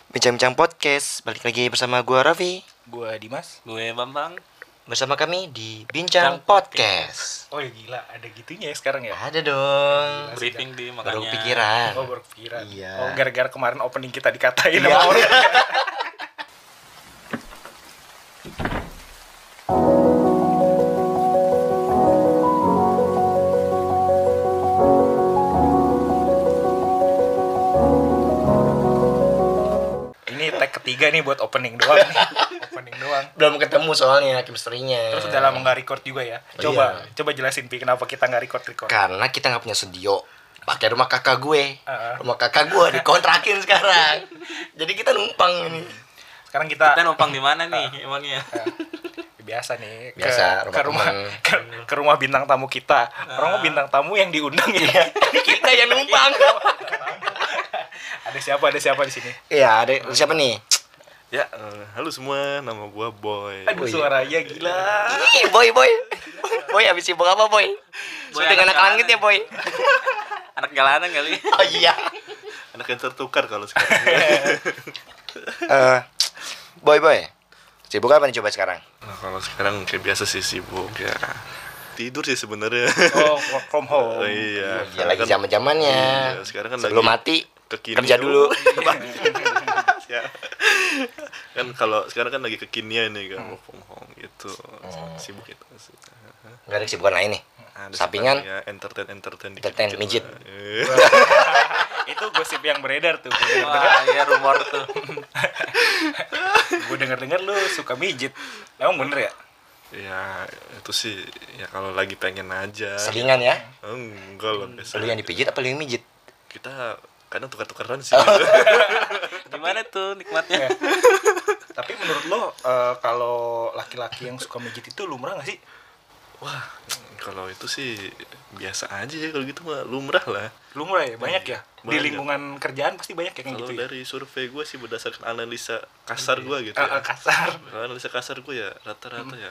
Bincang-bincang podcast, balik lagi bersama gue Raffi. Gue Dimas. Gue Bambang. Bersama kami di Bincang Podcast. Oh ya gila, ada gitunya ya sekarang ya? Ada dong. Briefing di Baru makanya. pikiran. Oh baru kepikiran. Iya. Oh gara-gara kemarin opening kita dikatain Iya. sama orang. Ini tag ketiga nih buat opening doang nih. Opening doang. Belum ketemu soalnya chemistry-nya. Terus udah lama nggak record juga ya. Coba jelasin Pi kenapa kita nggak record. Karena kita nggak punya studio. Pakai rumah kakak gue. Heeh. Rumah kakak gue dikontrakin sekarang. Jadi kita numpang ini. Sekarang kita Kita numpang di mana nih emangnya? biasa nih Biasa, ke rumah rumah temen. ke rumah bintang tamu kita. Orang bintang tamu yang diundang ya. Kita yang numpang. Ada siapa di sini? Iya, ada siapa nih? Ya, halo semua, nama gua Boy. Aduh suaranya gila. Ih, boy. Boy, habis sibuk apa, Boy? Boy, Sudah anak anak langit ya, Boy. Anak jalanan kali. Oh iya. Anak yang tertukar kalau sekarang. Boy. Sibuk apa nih coba sekarang? Nah, kalau sekarang kayak biasa sih sibuk ya. Tidur sih sebenarnya. Oh, work from home. Oh, iya. Ya lagi zaman-zamannya. Iya, sekarang kan sebelum lagi mati kekinian. kerja dulu. Ya. Kan kalau sekarang kan lagi kekinian nih kan, work from home gitu. Sibuk itu sih. Enggak ada kesibukan lain nih. Ada Sampingan? ya, entertain Entertain, mijit. Itu gosip yang beredar tuh. Wah, iya rumor tuh. Gue denger lu suka mijit. Emang bener ya? Ya, itu sih ya kalau lagi pengen aja. Selingan ya. Enggak lah, biasa. Lu yang dipijit apa lu yang mijit? Kita kadang tukar-tukaran sih. Gimana tuh nikmatnya? Tapi menurut lo kalau laki-laki yang suka mijit itu lumrah gak sih? Wah, kalau itu sih biasa aja ya, kalau gitu mah lumrah lah. Lumrah ya? Banyak ya? Di Banyak. lingkungan kerjaan pasti banyak ya kayak Kalau gitu ya? dari survei gue sih berdasarkan analisa kasar gue gitu ya. Kasar. Kalau analisa kasar gue ya rata-rata ya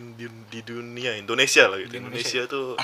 di dunia Indonesia lah gitu. Di Indonesia tuh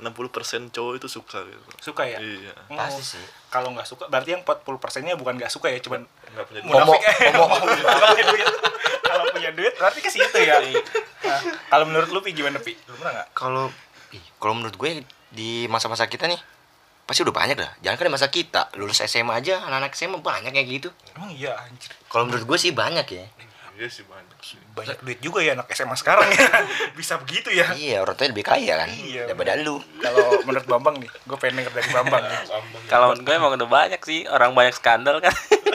60% cowok itu suka gitu. Suka ya? Iya. Pasti sih. Kalau nggak suka berarti yang 40%-nya bukan nggak suka ya, cuman Enggak punya munafik. Homo. Kalau punya duit. Kalau punya duit berarti ke situ ya. Nah, kalau menurut lu Pi gimana Pi? Lumrah nggak? Kalau menurut gue di masa-masa kita nih pasti udah banyak dah. Jangan kan di masa kita, lulus SMA aja anak-anak SMA banyak kayak gitu. Emang iya anjir. Kalau menurut gue sih banyak ya. Iya sih banyak sih. Banyak duit juga ya anak SMA sekarang ya. Bisa begitu ya. Iya, orang tuanya lebih kaya kan Iya. daripada lu. Kalau menurut Bambang nih, gue pengen denger dari Bambang nih. Kalau menurut gue emang udah banyak sih orang banyak skandal kan.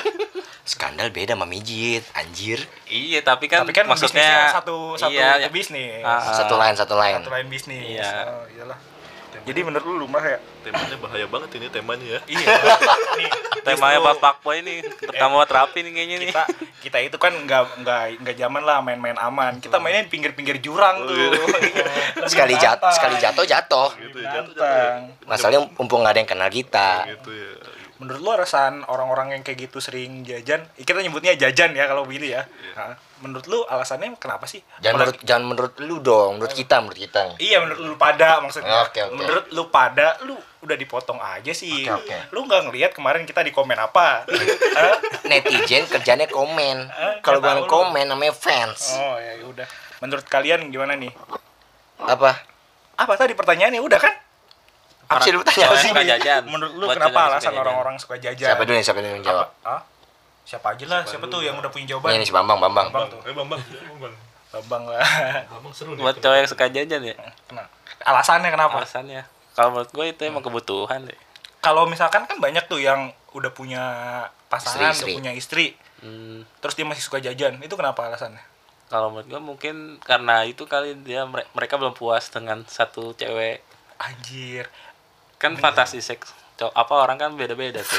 Skandal beda sama mijit, anjir. Iya, tapi kan Tapi kan maksudnya bisnisnya satu iya, ya. bisnis. Satu lain. Satu lain bisnis. Iya. Oh, iyalah. Jadi menurut lu lumrah ya? Temanya bahaya banget ini temanya ya. Iya. Nih, temanya justru pas fuckboy nih, pertama terapi nih kayaknya nih. kita itu kan nggak zaman lah main-main aman. Kita mainnya di pinggir-pinggir jurang tuh. Lebih Sekali santai. jatuh. Gitu Lebih ya. nantang. Masalahnya mumpung nggak ada yang kenal kita. Gitu ya. Menurut lu alasan orang-orang yang kayak gitu sering jajan, kita nyebutnya jajan ya kalau begini ya. Nah, menurut lu alasannya kenapa sih? Jangan menurut lu dong, menurut kita. Iya, menurut lu pada maksudnya. Oke. Menurut lu pada, lu udah dipotong aja sih. Oke. Lu nggak ngelihat kemarin kita di komen apa? Hah? Netizen kerjanya komen. Kalau nggak bukan tahu lu. komen namanya fans. Oh ya udah. Menurut kalian gimana nih? Apa? Apa tadi pertanyaannya udah kan? Apa sih lu tanya Orang sih? suka jajan. Menurut lu Buat kenapa jajan alasan suka jajan. orang-orang suka jajan? Siapa dulu yang jawab? Hah? Siapa aja lah, siapa tuh yang udah punya jawaban? Ini si Bambang. Bambang tuh. Bambang. Bambang lah. Bambang seru nih. Buat cowok yang suka jajan ya. Kenapa? Alasannya kenapa? Alasannya. Kalau menurut gue itu emang kebutuhan deh. Kalau misalkan kan banyak tuh yang udah punya pasangan, Istri. udah punya istri, terus dia masih suka jajan. Itu kenapa alasannya? Kalau menurut gue mungkin karena itu kali dia mereka belum puas dengan satu cewek. Anjir. Kan fantasi seks apa orang kan beda-beda tuh.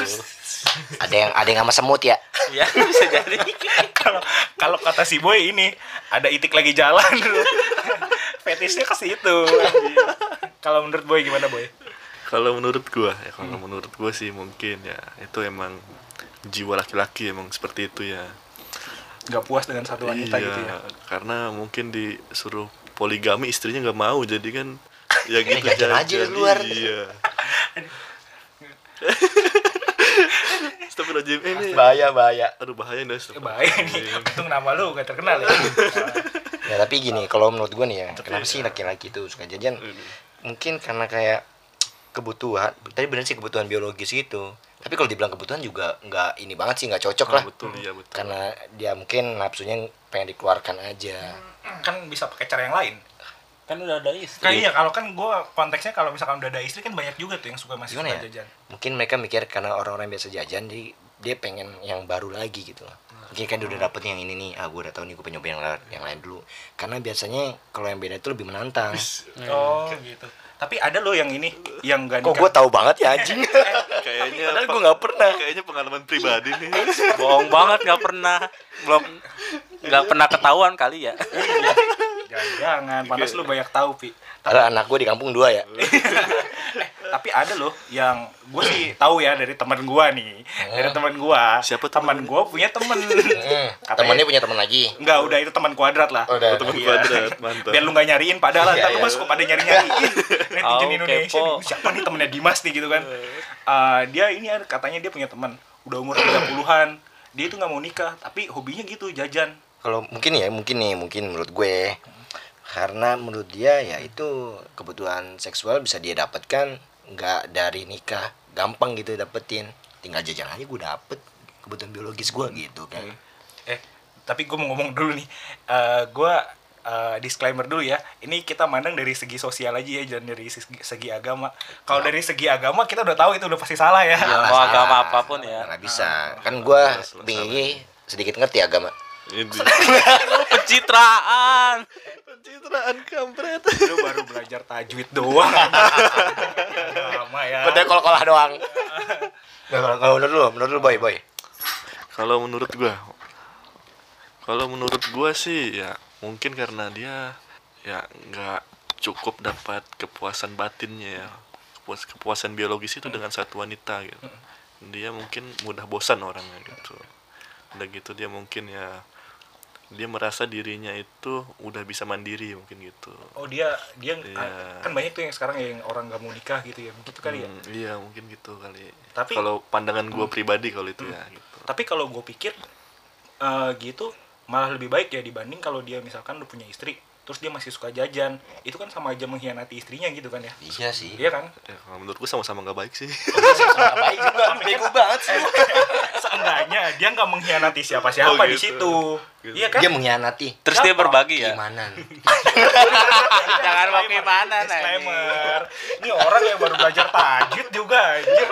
Ada yang sama semut ya? Iya, bisa jadi. Kalau kata si Boy ini ada itik lagi jalan. Fetisnya ke situ. Anjir. Kalau menurut Boy gimana Boy? Kalau menurut gua sih mungkin ya itu emang jiwa laki-laki emang seperti itu ya. Nggak puas dengan satu wanita gitu ya? Karena mungkin disuruh poligami istrinya nggak mau, jadi kan ya gitu jajan aja di luar. Iya. Astagfirullahaladzim. Ini Bahaya. aduh bahaya nih. Bahaya nih. Untung nama lu gak terkenal ya. Ya tapi gini, kalau menurut gue nih ya, kenapa sih laki-laki itu suka jajan? Mungkin karena kayak kebutuhan. Tadi bener sih kebutuhan biologis gitu. Tapi kalau dibilang kebutuhan juga nggak ini banget sih, nggak cocok lah. Betul, iya betul. Karena dia mungkin nafsunya pengen dikeluarkan aja. Kan bisa pakai cara yang lain. Kan udah ada istri. Kan iya, kalau kan gue konteksnya kalau misalkan udah ada istri kan banyak juga tuh yang masih Gimana suka ya? jajan. Mungkin mereka mikir karena orang-orang biasa jajan, jadi dia pengen yang baru lagi gitu loh. Mungkin kan dia udah dapet yang ini nih, gue udah tahu nih gue pengen nyoba yang lain dulu. Karena biasanya kalau yang beda itu lebih menantang. Oh gitu. Tapi ada loh yang ini yang gak Kok gue tahu banget ya anjing? Kayaknya Padahal gue nggak pernah. Kayaknya pengalaman pribadi nih. Bohong banget, nggak pernah ketahuan kali ya. Jangan, panas lu banyak tahu, Pi. Ada anak gue di kampung 2 ya. Tapi ada loh yang gue sih tahu ya dari teman gue nih. Dari teman gue. Siapa teman gue punya temen. Temennya punya temen lagi. Enggak, udah itu teman kuadrat lah. Udah. Teman Iya. kuadrat, mantap. Biar lu gak nyariin padahal Iya, ntar lu iya. mah suka pada nyari-nyariin netizen Oh, Indonesia kepo. nih, siapa nih temennya Dimas nih gitu kan. Dia ini katanya dia punya teman udah umur 30-an, dia itu nggak mau nikah tapi hobinya gitu jajan. Kalau mungkin menurut gue, karena menurut dia ya itu kebutuhan seksual bisa dia dapatkan nggak dari nikah, gampang gitu dapetin, tinggal jajan aja gue dapet kebutuhan biologis gue gitu kan. Tapi gue mau ngomong dulu nih, gue disclaimer dulu ya, ini kita mandang dari segi sosial aja ya, jangan dari segi agama. Kalau dari segi agama kita udah tahu itu udah pasti salah ya. Iyalah, Mau salah. agama apapun ya. Nggak bisa, kan gue bingung sedikit ngerti agama. Ini Pencitraan. pencitraan kampret. Lu baru belajar tajwid doang. Agama ya. Udah kol-kolah doang. Nah, kalau menurut lu boy. Kalau menurut gua sih ya mungkin karena dia ya nggak cukup dapat kepuasan batinnya ya, kepuasan biologis itu dengan satu wanita gitu. Dia mungkin mudah bosan orangnya gitu. Udah gitu dia mungkin ya dia merasa dirinya itu udah bisa mandiri mungkin gitu. Oh dia Iya. kan banyak tuh yang sekarang yang orang nggak mau nikah gitu ya, begitu kali ya. Iya mungkin gitu kali. Tapi- kalau pandangan gua pribadi kalau itu ya gitu. Tapi kalau gue pikir gitu malah lebih baik ya dibanding kalau dia misalkan udah punya istri terus dia masih suka jajan, itu kan sama aja mengkhianati istrinya gitu kan ya. Iya sih. Iya kan? Ya, kalau menurut gua sama-sama nggak baik sih. Nggak baik juga, bego banget sih. Seenggaknya dia nggak mengkhianati siapa-siapa Oh, di gitu. situ. Gitu. Iya kan? Dia mengkhianati. Terus dia Siapa? berbagi ya. Gimana? Jangan mau gimana Disclaimer. Ini orang yang baru belajar tajwid juga anjir.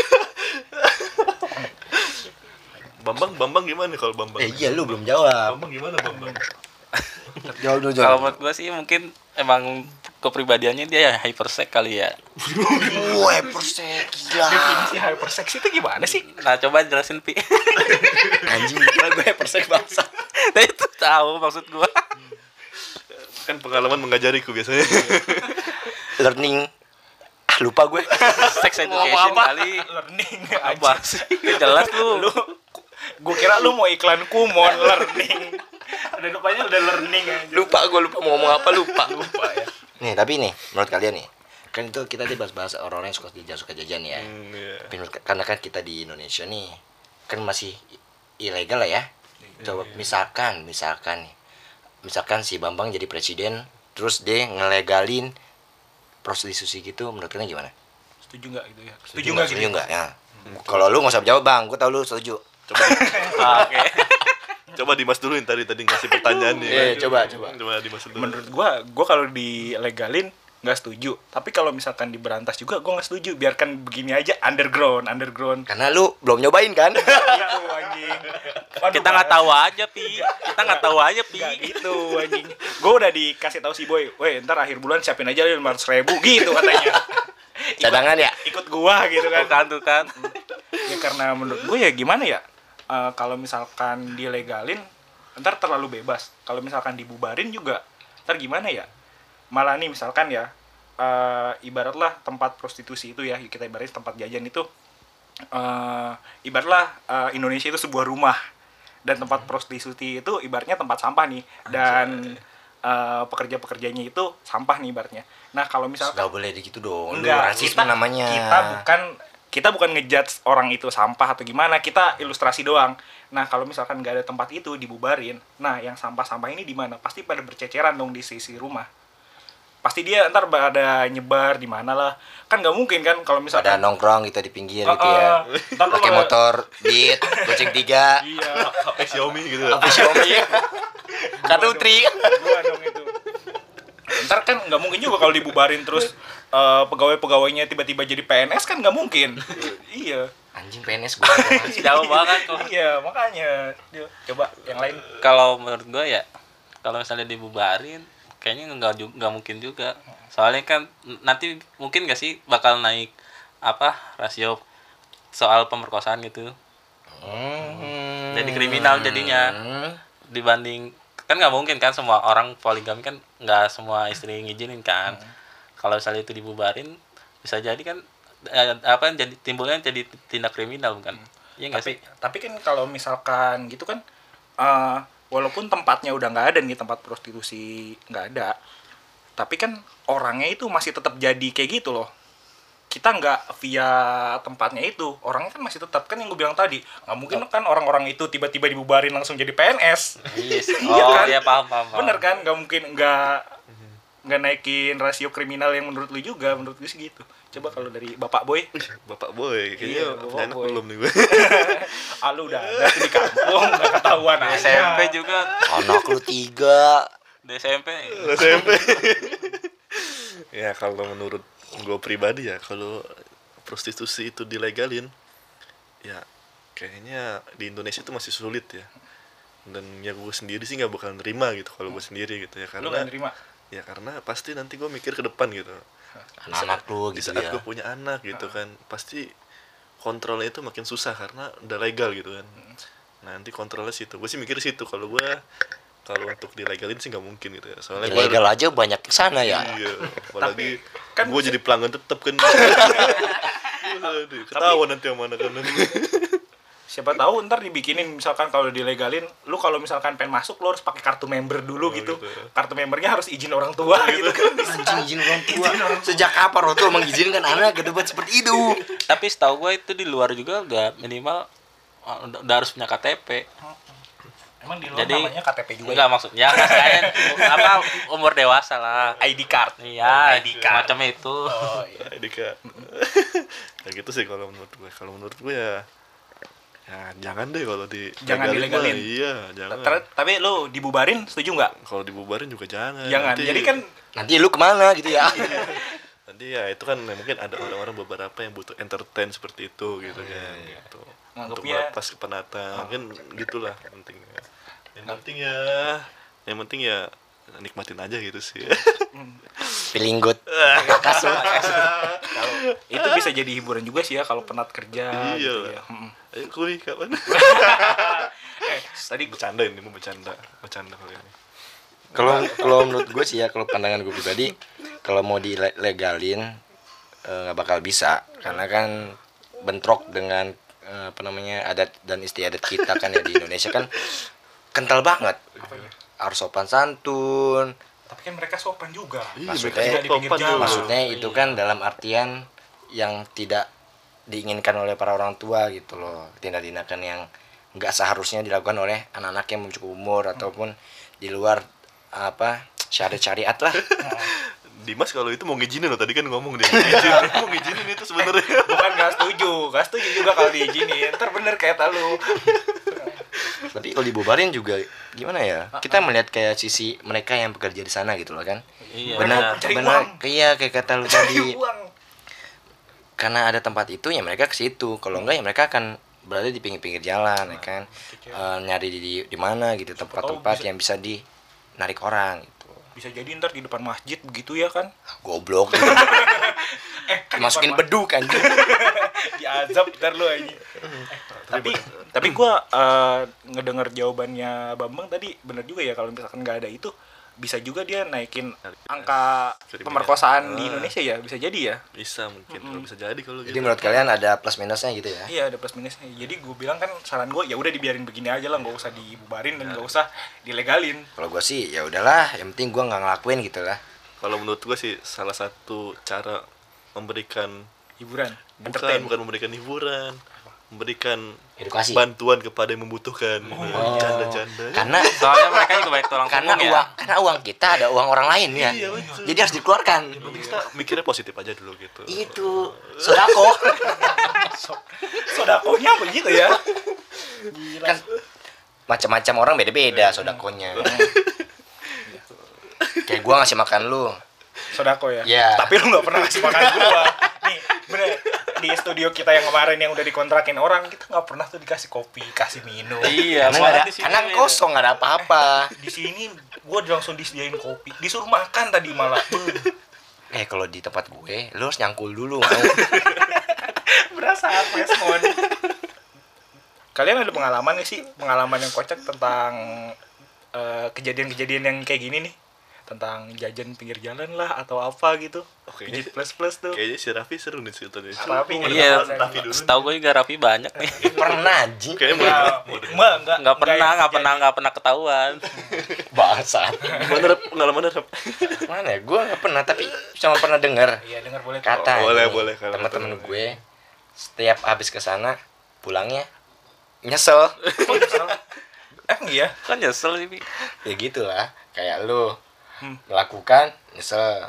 Bambang gimana kalau Bambang? Iya lu belum jawab. Bambang gimana Bambang? Jawab dulu Kalau menurut gue sih mungkin emang kepribadiannya dia ya hypersex kali ya. Wah, persek gila. Definisi hypersex itu gimana sih? Nah coba jelasin Pi. Anjing gila gue persek bangsa. Nah itu tahu maksud gue. Kan pengalaman mengajariku biasanya. Learning. Lupa gue. Sex Ngomong education apa? kali. Learning Apa sih? Jelas lu. Gue kira lu mau iklan Kumon learning. Udah depannya udah learning aja. Lupa mau ngomong apa lupa. Lupa ya. Nih, tapi nih menurut kalian nih, kan itu kita tadi bahas orang-orang yang suka jajan ya. Iya. Tapi karena kan kita di Indonesia nih kan masih ilegal lah ya. Coba misalkan nih. Misalkan si Bambang jadi presiden terus dia ngelegalin prostitusi gitu, menurut kalian gimana? Setuju nggak gitu ya? Setuju nggak gitu? Setuju nggak ya? Kalau lu nggak usah jawab Bang, gue tau lu setuju. Oke. Coba Dimas dulu yang tadi ngasih pertanyaan nih. Iya, coba. Coba Dimas dulu. Menurut gua kalau dilegalin nggak setuju. Tapi kalau misalkan diberantas juga gua nggak setuju. Biarkan begini aja underground. Karena lu belum nyobain kan? Iya tuh anjing. Waduh, Kita nggak tahu aja Pi. Kita nggak tahu aja Pi. Nggak gitu anjing. Gua udah dikasih tahu si Boy, "Weh, ntar akhir bulan siapin aja 500.000 gitu katanya. Cadangan ya? Ikut gua gitu kan. Tuh kan. Ya karena menurut gue ya gimana ya, kalau misalkan dilegalin ntar terlalu bebas, kalau misalkan dibubarin juga ntar gimana ya, malah nih misalkan ya ibaratlah tempat prostitusi itu ya, kita ibaratin tempat jajan itu ibaratlah Indonesia itu sebuah rumah dan tempat prostitusi itu ibaratnya tempat sampah nih, dan pekerja-pekerjanya itu sampah nih ibaratnya. Nah kalau misalkan Gak boleh gitu dong. Lu enggak, rasisme namanya. kita bukan kita bukan ngejudge orang itu sampah atau gimana, kita ilustrasi doang. Nah kalau misalkan nggak ada tempat itu dibubarin, nah yang sampah-sampah ini di mana? Pasti pada berceceran dong di sisi rumah. Pasti dia ntar ada nyebar di mana lah. Kan nggak mungkin kan kalau Ada misalkan nongkrong gitu di pinggir gitu ya. ntar lu Pakai malah- motor Beat, Gojek 3, Iya. HP Xiaomi gitu. apa Xiaomi. Kartu Tri. Gua dong itu. Ntar kan nggak mungkin juga kalau dibubarin terus pegawai-pegawainya tiba-tiba jadi PNS kan nggak mungkin. Iya. Anjing PNS gue. Jauh banget kok. Iya, makanya. Coba yang lain. Kalau menurut gue ya, kalau misalnya dibubarin, kayaknya nggak mungkin juga. Soalnya kan nanti mungkin nggak sih bakal naik rasio soal pemerkosaan gitu. Jadi kriminal jadinya dibanding kan nggak mungkin kan semua orang poligami kan nggak semua istri ngizinin kan. Kalau misalnya itu dibubarin bisa jadi kan jadi timbulnya jadi tindak kriminal bukan? Iya nggak sih? Tapi kan kalau misalkan gitu kan walaupun tempatnya udah nggak ada nih, tempat prostitusi nggak ada, tapi kan orangnya itu masih tetap jadi kayak gitu loh. Kita nggak via tempatnya itu, orangnya kan masih tetap, kan yang gue bilang tadi, nggak mungkin kan orang-orang itu tiba-tiba dibubarin langsung jadi PNS. Yes. Iya Oh kan? iya paham. Bener kan, nggak mungkin nggak naikin rasio kriminal yang menurut lu juga, menurut gue sih gitu. Coba kalau dari Bapak Boy. Bapak Boy, Iya, kayaknya Bapak punya anak Boy. belum nih gue. Lu udah ada tuh di kampung, nggak ketahuan Di aja. SMP juga, Anak lu 3. di SMP. SMP. Ya kalau menurut gue pribadi ya, kalau prostitusi itu dilegalin, ya kayaknya di Indonesia itu masih sulit ya. Dan ya gue sendiri sih nggak bakal nerima gitu kalau gue sendiri gitu ya, Lu karena nggak nerima? ya karena pasti nanti gue mikir ke depan gitu. Anak lu Di gitu saat ya. gue punya anak gitu kan, pasti kontrolnya itu makin susah karena udah legal gitu kan. Nah, nanti kontrolnya situ. Gue sih mikir situ. Kalau untuk dilegalin sih nggak mungkin gitu ya. Soalnya gue Ilegal aja banyak kesana ya. iya, apalagi kan gue jadi pelanggan tetap kan. Aduh, ketahuan nanti yang mana kan. Siapa tahu ntar dibikinin misalkan kalau dilegalin, lu kalau misalkan pengen masuk lu harus pakai kartu member dulu gitu. gitu. Kartu membernya harus izin orang tua gitu kan. Anjing izin orang tua. Sejak kapan orang tua mengizinkan anak ke debat seperti itu? Tapi setahu gue itu di luar juga udah minimal udah harus punya KTP. Emang di luar Jadi namanya KTP juga ya? enggak maksudnya saya umur dewasa lah. ID card. Iya, ID card. macam itu. Oh iya. Dika. Ya gitu sih kalau menurut gue. Kalau menurut gue ya jangan deh kalau Jangan dilegalin. Iya, jangan. Tapi lu dibubarin setuju nggak? Kalau dibubarin juga jangan. Jangan. Nanti- Jadi kan Nanti lu kemana gitu ya? nanti ya itu kan mungkin ada orang-orang beberapa yang butuh entertain seperti itu gitu kan gitu. Untuk Nganggapnya- melepas kepenatan mungkin gitulah pentingnya. Yang penting ya nikmatin aja gitu sih. Feeling good. Kasut. kalau itu bisa jadi hiburan juga sih ya kalau penat kerja Iya gitu lah. ya. Ayo kuy kapan? Tadi Bercanda ini mau bercanda kali ini. Kalau menurut gue sih ya, kalau pandangan gue pribadi, kalau mau dilegalin nggak bakal bisa, karena kan bentrok dengan adat dan istiadat kita kan ya, di Indonesia kan kental banget. Harus sopan santun. tapi kan mereka sopan juga. Iya, Maksudnya- Tidak di pinggir sopan jalan. dulu. Maksudnya itu kan dalam artian yang tidak diinginkan oleh para orang tua gitu loh, tindak-tindakan yang nggak seharusnya dilakukan oleh anak-anak yang belum cukup umur ataupun di luar syariat lah. Dimas kalau itu mau ngizinin loh, tadi kan ngomong dia mau ngizinin itu sebenarnya. Bukan nggak setuju juga kalau diizinin. Ntar bener kayak lu. Tapi kalau dibubarin juga gimana ya, kita melihat kayak sisi mereka yang bekerja di sana gitu loh kan. Iya. Benar Cari benar uang. iya kayak kata lu tadi, Uang. karena ada tempat itu ya mereka ke situ, kalau enggak ya mereka akan berada di pinggir-pinggir jalan ya kan. Nyari di mana gitu tempat-tempat bisa- yang bisa dinarik orang gitu. Bisa jadi ntar di depan masjid begitu ya kan. Goblok. Masukin beduk kan. Diazab ntar lu aja. Tapi gua ngedenger jawabannya Bambang tadi bener juga ya, kalau misalkan nggak ada itu bisa juga dia naikin angka pemerkosaan di Indonesia ya, bisa jadi ya. Bisa mungkin kalau bisa jadi kalau Jadi gitu. menurut kalian ada plus minusnya gitu ya? Iya, ada plus minusnya. Jadi gue bilang kan, saran gue ya udah dibiarin begini aja lah, nggak usah dibubarin dan nggak usah dilegalin. Kalau gue sih ya udahlah, yang penting gue nggak ngelakuin gitu lah. Kalau menurut gue sih salah satu cara memberikan Hiburan. Bukan memberikan hiburan, memberikan Edukasi. bantuan kepada yang membutuhkan. Canda-canda. Karena Soalnya mereka juga baik tulang karena punggung uang ya. karena uang kita ada uang orang lain ya. Iya, betul. Jadi harus dikeluarkan. Kita mikirnya positif aja dulu gitu. Itu sodako. Sodakonya begitu ya. Kan macam-macam orang beda-beda sodakonya. Kayak gua ngasih makan lu. Sodako ya. Iya. Tapi lu nggak pernah ngasih makan gua. Nih, bener. Di studio kita yang kemarin yang udah dikontrakin orang, kita nggak pernah tuh dikasih kopi, kasih minum. Iya, Karena nggak malah ada, di sini karena beda. kosong nggak ada apa-apa. Di sini gua langsung disediain kopi. Disuruh makan tadi malah. Kalau di tempat gue, lu harus nyangkul dulu mau. Berasa respon. Kalian ada pengalaman nggak sih? Pengalaman yang kocak tentang kejadian-kejadian yang kayak gini nih? Tentang jajan pinggir jalan lah atau apa gitu. Oke. Pijit plus tuh. Kayaknya si Raffi seru nih ceritanya. Raffi, Iya, Raffi dulu. setahu gue juga Raffi banyak nih. Pernah anjing. Kayaknya Enggak Nggak pernah ketahuan. Bangsa. Gimana Rap? Pengalaman Rap? Mana ya? Gue nggak pernah, tapi cuma pernah dengar Iya, dengar boleh. kata Boleh, kalau teman-teman kata- gue setiap habis ke sana pulangnya nyesel. Iya. Kan nyesel sih, Pi. Ya gitulah, kayak lu melakukan nyesel.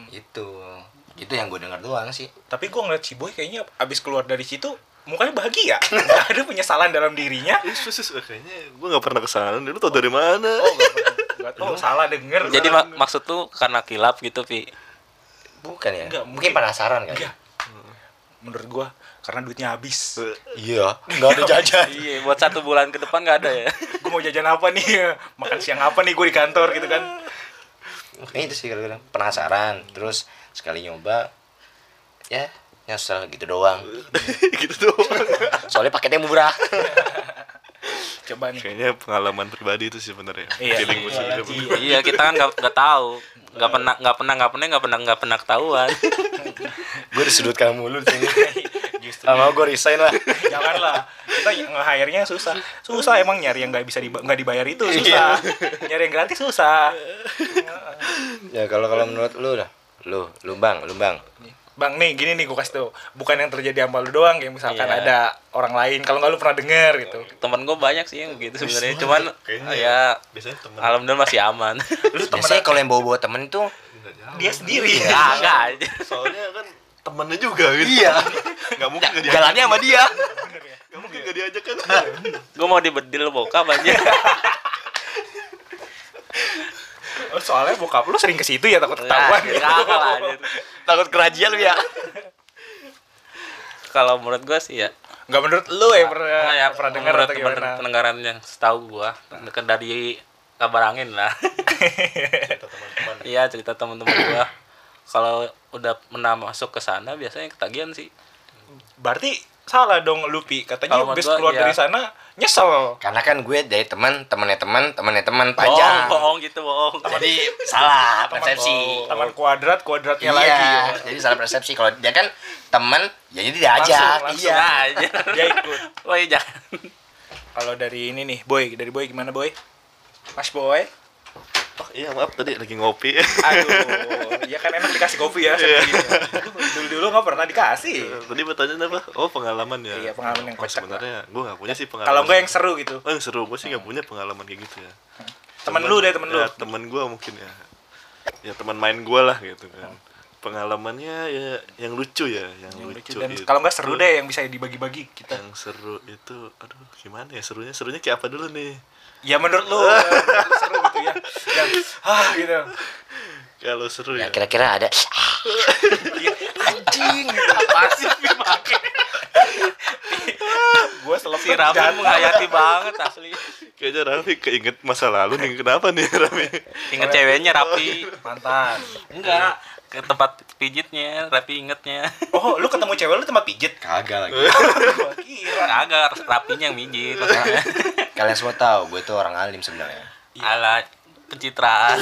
Itu yang gue dengar doang sih. Tapi gue ngeliat si Boy kayaknya abis keluar dari situ mukanya bahagia. Gak ada penyesalan dalam dirinya. Kayaknya gue gak pernah kesana. Lu tau dari mana? Salah denger. Jadi maksud tuh karena kilap gitu, Pi. Bukan ya? Enggak, mungkin penasaran kan? Enggak. Menurut gue karena duitnya habis. Iya, nggak ada jajan. Iya, buat 1 bulan ke depan nggak ada ya. Gue mau jajan apa nih? Makan siang apa nih gue di kantor gitu kan? Itu sih kadang-kadang penasaran, terus sekali nyoba ya nyesel gitu doang. Gitu doang. Soalnya paketnya murah. Coba nih. Kayaknya pengalaman pribadi itu sih bener ya. Iya. Feeling gue sih bener. Iya, kita kan nggak tahu. Nggak pernah ketahuan. Gue disudutkan mulu di sini. Justru Mau gue resign lah. janganlah. Kita nge-hire-nya susah. Susah emang nyari yang nggak bisa nggak dibayar itu susah. Nyari yang gratis susah. Ya kalau menurut lu dah, lu bang. Bang nih gini nih gue kasih tau, bukan yang terjadi sama lu doang, kayak misalkan Iya. ada orang lain kalau nggak lu pernah denger gitu. Temen gue banyak sih yang begitu sebenarnya. Cuman Kayaknya ya biasanya temen. alhamdulillah masih aman. Lu Biasanya kalau yang bawa temen itu dia sendiri. Enggak aja. Soalnya kan temennya juga gitu. iya, Gak mungkin gak diajak. jalannya sama dia. Gak mungkin gak diajak kan. Gue mau dibedil bokap aja. Oh, soalnya bokap lu sering ke situ ya takut ketahuan. Nah, kagak lah, anjir. Takut kerajian lu ya. Kalau menurut gue sih ya. Nggak menurut lu ya pernah Ya, pernah dengar menurut atau gimana? pendengaran yang setahu gue dari kabar angin lah. Teman-teman. Iya, cerita teman-teman gue. Kalau udah pernah masuk ke sana biasanya ketagihan sih. Berarti salah dong Lupi, katanya Kalau menurut habis gua, keluar iya. dari sana nyesel. Karena kan gue dari temannya teman panjang. Bohong gitu, bohong. Jadi salah persepsi. Teman kuadratnya Iya, lagi. jadi salah persepsi. Kalau dia kan teman, ya jadi diajak. Langsung. Iya. Nah, aja. Dia ikut. Wah, jangan. Kalau dari ini nih, dari Boy gimana Boy? Mas Boy? Oh iya maaf tadi lagi ngopi. Aduh, ya kan enak dikasih kopi ya. Dulu nggak pernah dikasih. Tadi pertanyaan apa? Oh pengalaman ya. Iya, pengalaman yang Oh, kocak sebenarnya gue gak punya sih pengalaman. Kalau enggak yang seru gitu. Oh yang seru, gue sih gak punya pengalaman kayak gitu ya. Temen lu deh, temen lu. Ya temen gue mungkin ya. Ya teman main gue lah gitu kan. Pengalamannya ya yang lucu ya, yang lucu. Dan itu. kalau nggak seru deh yang bisa dibagi-bagi kita. Yang seru itu, aduh gimana ya serunya kayak apa dulu nih? Ya menurut lu seru gitu ya. Yang gitu. Kalau seru Ya ya. kira-kira ada Anjing gitu. Masih pakai. Gua selesai Si Raffi menghayati banget asli. Kayaknya Raffi keinget masa lalu nih. Kenapa nih Raffi? Ingat ceweknya Raffi. mantan. Enggak, ke tempat pijitnya, Raffi ingetnya. Oh, lu ketemu cewek lu tempat pijit? kagak lagi. Gua kira. Agak Raffinya yang mijit. Kalian semua tahu gue tuh orang alim sebenarnya. Ala pencitraan.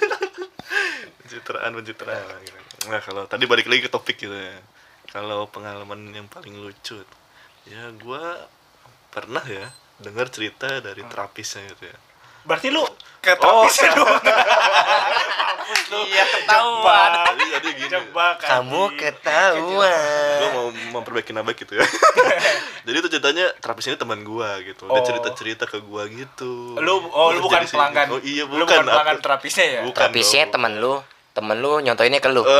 Pencitraan. Nah kalau tadi balik lagi ke topik gitu ya. Kalau pengalaman yang paling lucu, ya gue pernah ya dengar cerita dari terapisnya gitu ya. Berarti lu ke terapis ya dong. Iya, ketahuan. Jadi gini. Jebak. Kamu Gue ketahuan. mau memperbaiki nama gitu ya. Jadi itu ceritanya terapis ini teman gue gitu. Dia Oh. cerita ke gue gitu. Lu Kerja bukan di sini. pelanggan. Oh iya Lu bukan. bukan pelanggan Apa? terapisnya ya? Bukan Terapisnya dong. temen lu nyontoinnya ke lu.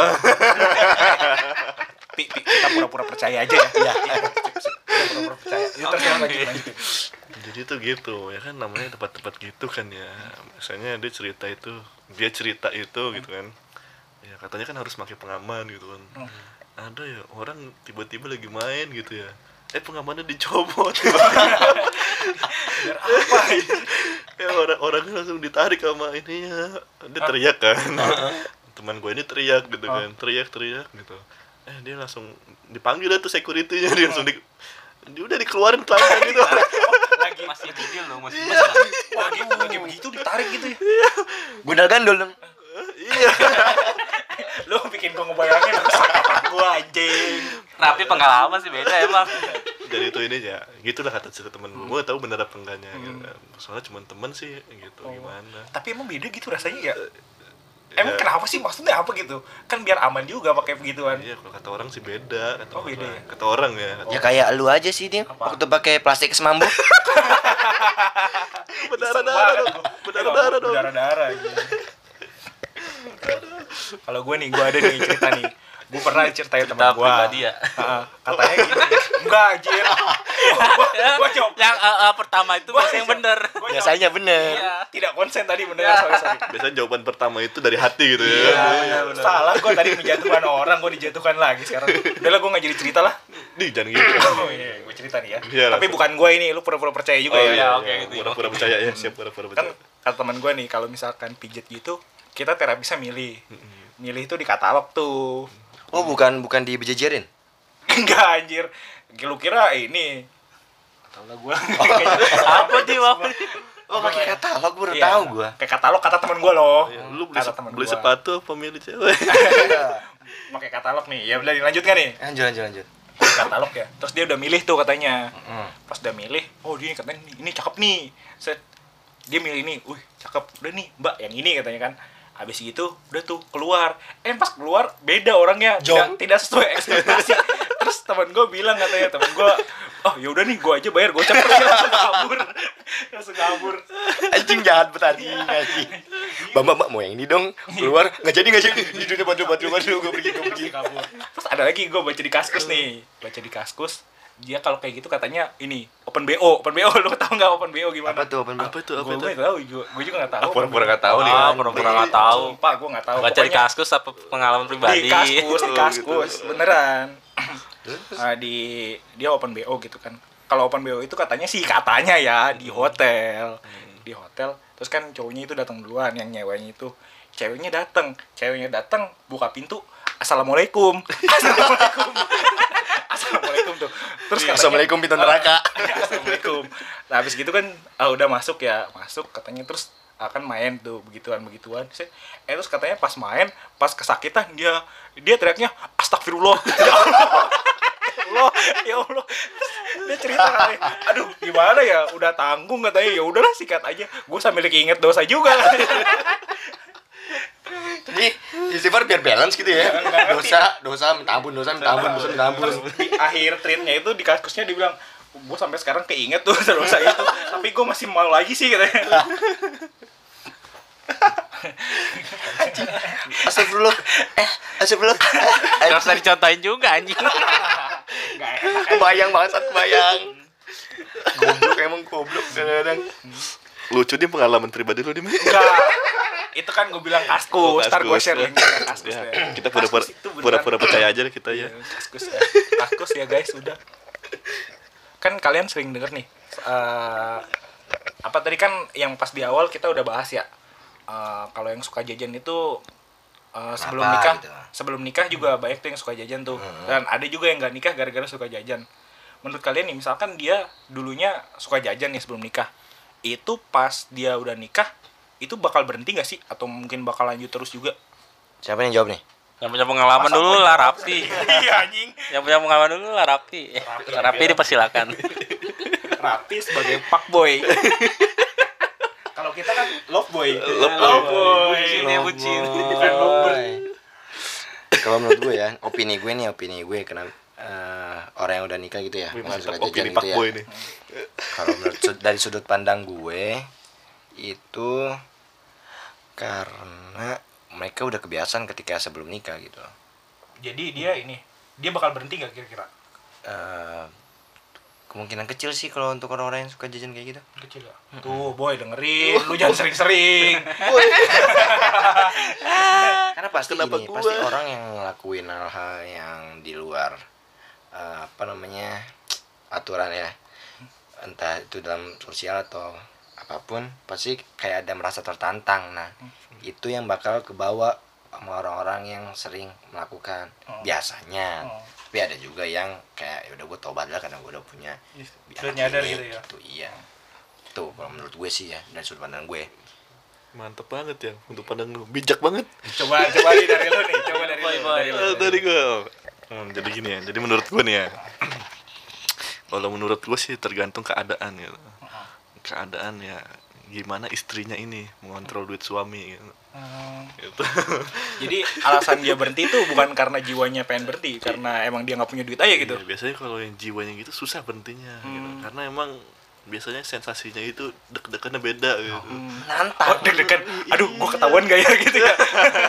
Kita pura-pura percaya aja ya. Iya. Kita pura-pura percaya. Itu terus lanjut. Jadi tuh gitu ya kan, namanya tempat-tempat gitu kan ya. Misalnya dia cerita itu gitu kan. Ya katanya kan harus pakai pengaman gitu kan. Ada ya orang tiba-tiba lagi main gitu ya. Pengamannya dicopot. Biar apa ini? Ya orang langsung ditarik sama ininya. Dia teriak kan. Teman gue ini teriak gitu kan. Teriak gitu. Dia langsung dipanggil lah tuh security-nya, dia langsung dia udah dikeluarin celana gitu. Lagi Masih kecil loh, masih lagi begitu ditarik gitu ya. Gundal gandul dong. Iya. Lu bikin gua ngebayangin gua anjing. Tapi pengalaman sih beda emang. Jadi itu ini ya, gitulah kata cerita temen gue, tahu bener apa enggaknya gitu. Soalnya cuma temen sih gitu, gimana. Tapi emang beda gitu rasanya ya. Emang kenapa sih, maksudnya apa gitu? Kan biar aman juga pakai begituan. Iya, kalau kata orang sih beda, kata Oh, orang. beda ya? Kata orang ya. Ya kayak lu aja sih dia Apa? waktu pakai plastik semambu. Berdarah-darah dong. Berdarah-darah dong. Berdarah-darah gitu. Kalau gue ada nih cerita nih. Gue pernah ceritain teman Cerita gue. pribadi ya? Katanya gini. Enggak anjir. Gue jawab. Yang pertama itu Gua biasanya yang jawab. bener. Gua jawab. Biasanya bener. Iya. Tidak konsen tadi bener, Iya. sorry. Biasanya jawaban pertama itu dari hati gitu ya. Iya, salah gue tadi menjatuhkan orang, gue dijatuhkan lagi sekarang. Udah lah, gue gak jadi cerita lah. Jangan gitu. Oh iya, gue cerita nih ya. Iya, Tapi langsung. bukan gue ini, lu pura-pura percaya juga Oh ya. iya, oke, gitu. Pura-pura percaya ya, siap pura-pura Kan percaya. kata teman gue nih, kalau misalkan pijet gitu, kita terapisnya milih. Milih itu di katalog tuh. Oh bukan dibejejerin. Enggak anjir. Lu kira ini. Tahu lah gue. Apa sih, Wak? Oh pakai katalog baru Iya, tahu gua. Kayak katalog kata teman gue loh. Lu beli, Kata temen beli gua. sepatu apa milih cewek? Pakai katalog nih. Ya udah dilanjutkan nih. Lanjut. Katalog ya. Terus dia udah milih tuh katanya. Pas udah milih, oh dia katanya ini cakep nih. Set. Dia milih ini, cakep. Udah nih, Mbak, yang ini katanya kan. Habis gitu udah tuh keluar. Pas keluar beda orangnya, tidak sesuai ekspektasi. Terus teman gue bilang katanya, teman gue, oh yaudah nih gue aja bayar gocap. Langsung kabur. Anjing jahat bet anjing. Mbak mau yang ini dong. Keluar nggak jadi. Di dunia batu gue pergi. Kabur. Terus ada lagi gue baca di Kaskus nih. Dia kalau kayak gitu katanya ini open BO. Lu tahu nggak open BO gimana? Apa tuh open Apa itu? Apa Gue itu? nggak tahu, gue juga nggak tahu. Pura-pura nggak tahu nih. Pura-pura nggak tahu. Sumpah gue nggak tahu. Baca di Pokoknya Kaskus apa pengalaman di pribadi? Kaskus beneran. Dia open BO gitu kan. Kalau open BO itu katanya ya di hotel. Di hotel. Terus kan cowoknya itu datang duluan, yang nyewanya itu. Ceweknya datang buka pintu. Assalamualaikum. Assalamualaikum tuh. Terus katanya, Assalamualaikum pintu neraka. Assalamualaikum. Nah, habis gitu kan udah masuk katanya, terus akan main tuh begituan. Terus katanya pas main, pas kesakitan dia teriaknya astagfirullah. Ya Allah. Terus dia cerita katanya, aduh gimana ya, udah tanggung katanya, ya udahlah sikat aja. Gue sambil inget dosa juga. Jadi istighfar biar balance gitu ya. Dosa minta ampun. Terus di akhir treatnya itu di Kaskusnya dibilang, gue sampai sekarang keinget tuh dosa itu, tapi gue masih mau lagi sih katanya. Astagfirullah. Astagfirullah. Gak usah dicontohin juga anjing. Nggak enak. Kebayang banget, kebayang. Goblok kadang-kadang. Lucu nih pengalaman pribadi lu nih. Enggak. Itu kan gue bilang Kaskus, ntar gue share linknya Kaskus Ya, ya. kita Kaskus itu beneran. pura-pura percaya aja deh kita ya. Kaskus ya guys, udah. Kan kalian sering denger nih, apa tadi kan yang pas di awal kita udah bahas ya, kalau yang suka jajan itu sebelum Apa nikah, gitu? sebelum nikah juga banyak tuh yang suka jajan tuh, dan ada juga yang nggak nikah gara-gara suka jajan. Menurut kalian nih, misalkan dia dulunya suka jajan nih sebelum nikah, itu pas dia udah nikah itu bakal berhenti nggak sih, atau mungkin bakal lanjut terus juga? Siapa yang jawab nih? Yang punya pengalaman Masa dulu gua lah jawab Rapi. sih? Iya anjing. Yang punya pengalaman dulu lah Rapi. Rapi dipersilakan. Rapi sebagai fuckboy. Kalau kita kan boy. Bucin ya, bucin. Bukan lovebird. Kalau menurut gue ya, opini gue kenapa orang yang udah nikah gitu ya, Wih, masih mantap suka opini jajan Pak gitu ya. Boy nih. Kalau dari sudut pandang gue itu karena mereka udah kebiasaan ketika sebelum nikah gitu. Jadi dia bakal berhenti gak kira-kira? Eh, Kemungkinan kecil sih kalau untuk orang-orang yang suka jajan kayak gitu. Kecil ya. Tuh boy dengerin, lu jangan sering-sering. Karena pasti Kenapa gini, gua? pasti orang yang ngelakuin hal-hal yang di luar aturan ya, entah itu dalam sosial atau apapun, pasti kayak ada merasa tertantang. Nah, itu yang bakal kebawa sama orang-orang yang sering melakukan biasanya. Tapi ada juga yang kayak ya udah gue tobat lah karena gue udah punya Udah anak nyadar ini, gitu ya. gitu, iya. Tuh kalau menurut gue sih ya, dari sudut pandang gue. Mantep banget ya untuk pandang lu. Bijak banget. Coba nih dari lu nih, coba dari Boy, lu. boy. Dari lu. Tadi gue jadi gini ya. Jadi menurut gue nih ya. Kalau menurut gue sih tergantung keadaan gitu. Keadaan ya gimana istrinya ini mengontrol duit suami gitu. Gitu. Jadi alasan dia berhenti itu bukan karena jiwanya pengen berhenti, karena emang dia nggak punya duit aja gitu. Iya, biasanya kalau yang jiwanya gitu susah berhentinya gitu. Karena emang biasanya sensasinya itu deg-degannya beda gitu. Oh deg-degan, aduh gua ketahuan gak ya gitu ya.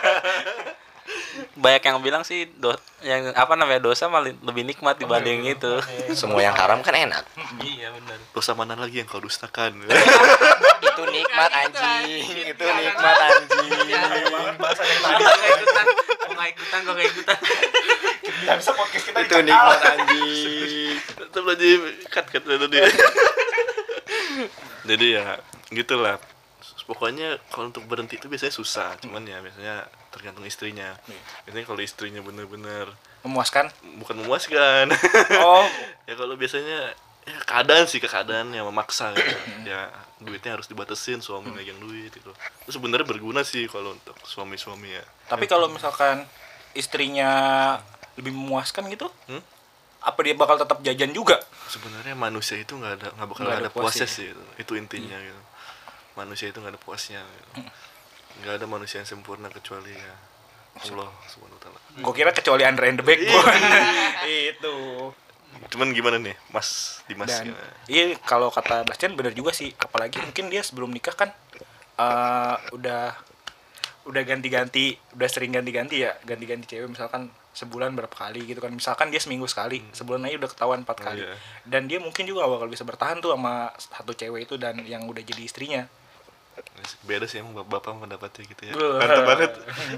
Banyak yang bilang sih yang dosa malah lebih nikmat dibanding itu. Semua yang haram kan enak. Iya benar. Dosa mana lagi yang kau dustakan? Itu nikmat anjing, itu nikmat anjing. Bahasa yang tadi Kok nggak ikutan. kita bisa podcast kita Itu nikmat anjing. Tetap lagi cut tadi. Jadi ya gitulah. Pokoknya kalau untuk berhenti itu biasanya susah, cuman ya biasanya tergantung istrinya. Biasanya kalau istrinya bener-bener memuaskan. bukan memuaskan. Oh, Ya kalau biasanya ya keadaan yang memaksa gitu. Ya duitnya harus dibatasin, suami megang duit gitu. Itu sebenarnya berguna sih kalau untuk suami-suami ya. tapi kalau misalkan istrinya lebih memuaskan gitu, apa dia bakal tetap jajan juga? Sebenarnya manusia itu nggak bakal Nggak ada ada puasnya puasnya. sih itu intinya gitu. Manusia itu nggak ada puasnya gitu. Nggak ada manusia yang sempurna kecuali ya Allah subhanahu wa ta'ala. Gue kira kecuali Andre and the Backbone. Itu. Cuman gimana nih Mas Dimas Dan gimana? iya kalau kata Bastian benar juga sih, apalagi mungkin dia sebelum nikah kan udah ganti-ganti, udah sering ganti-ganti cewek, misalkan sebulan berapa kali gitu kan, misalkan dia seminggu sekali, sebulan aja udah ketahuan 4 kali. Iya. Dan dia mungkin juga gak bakal bisa bertahan tuh sama satu cewek itu dan yang udah jadi istrinya. Beda sih emang bapak pendapatnya gitu ya. Beuh. Mantap banget.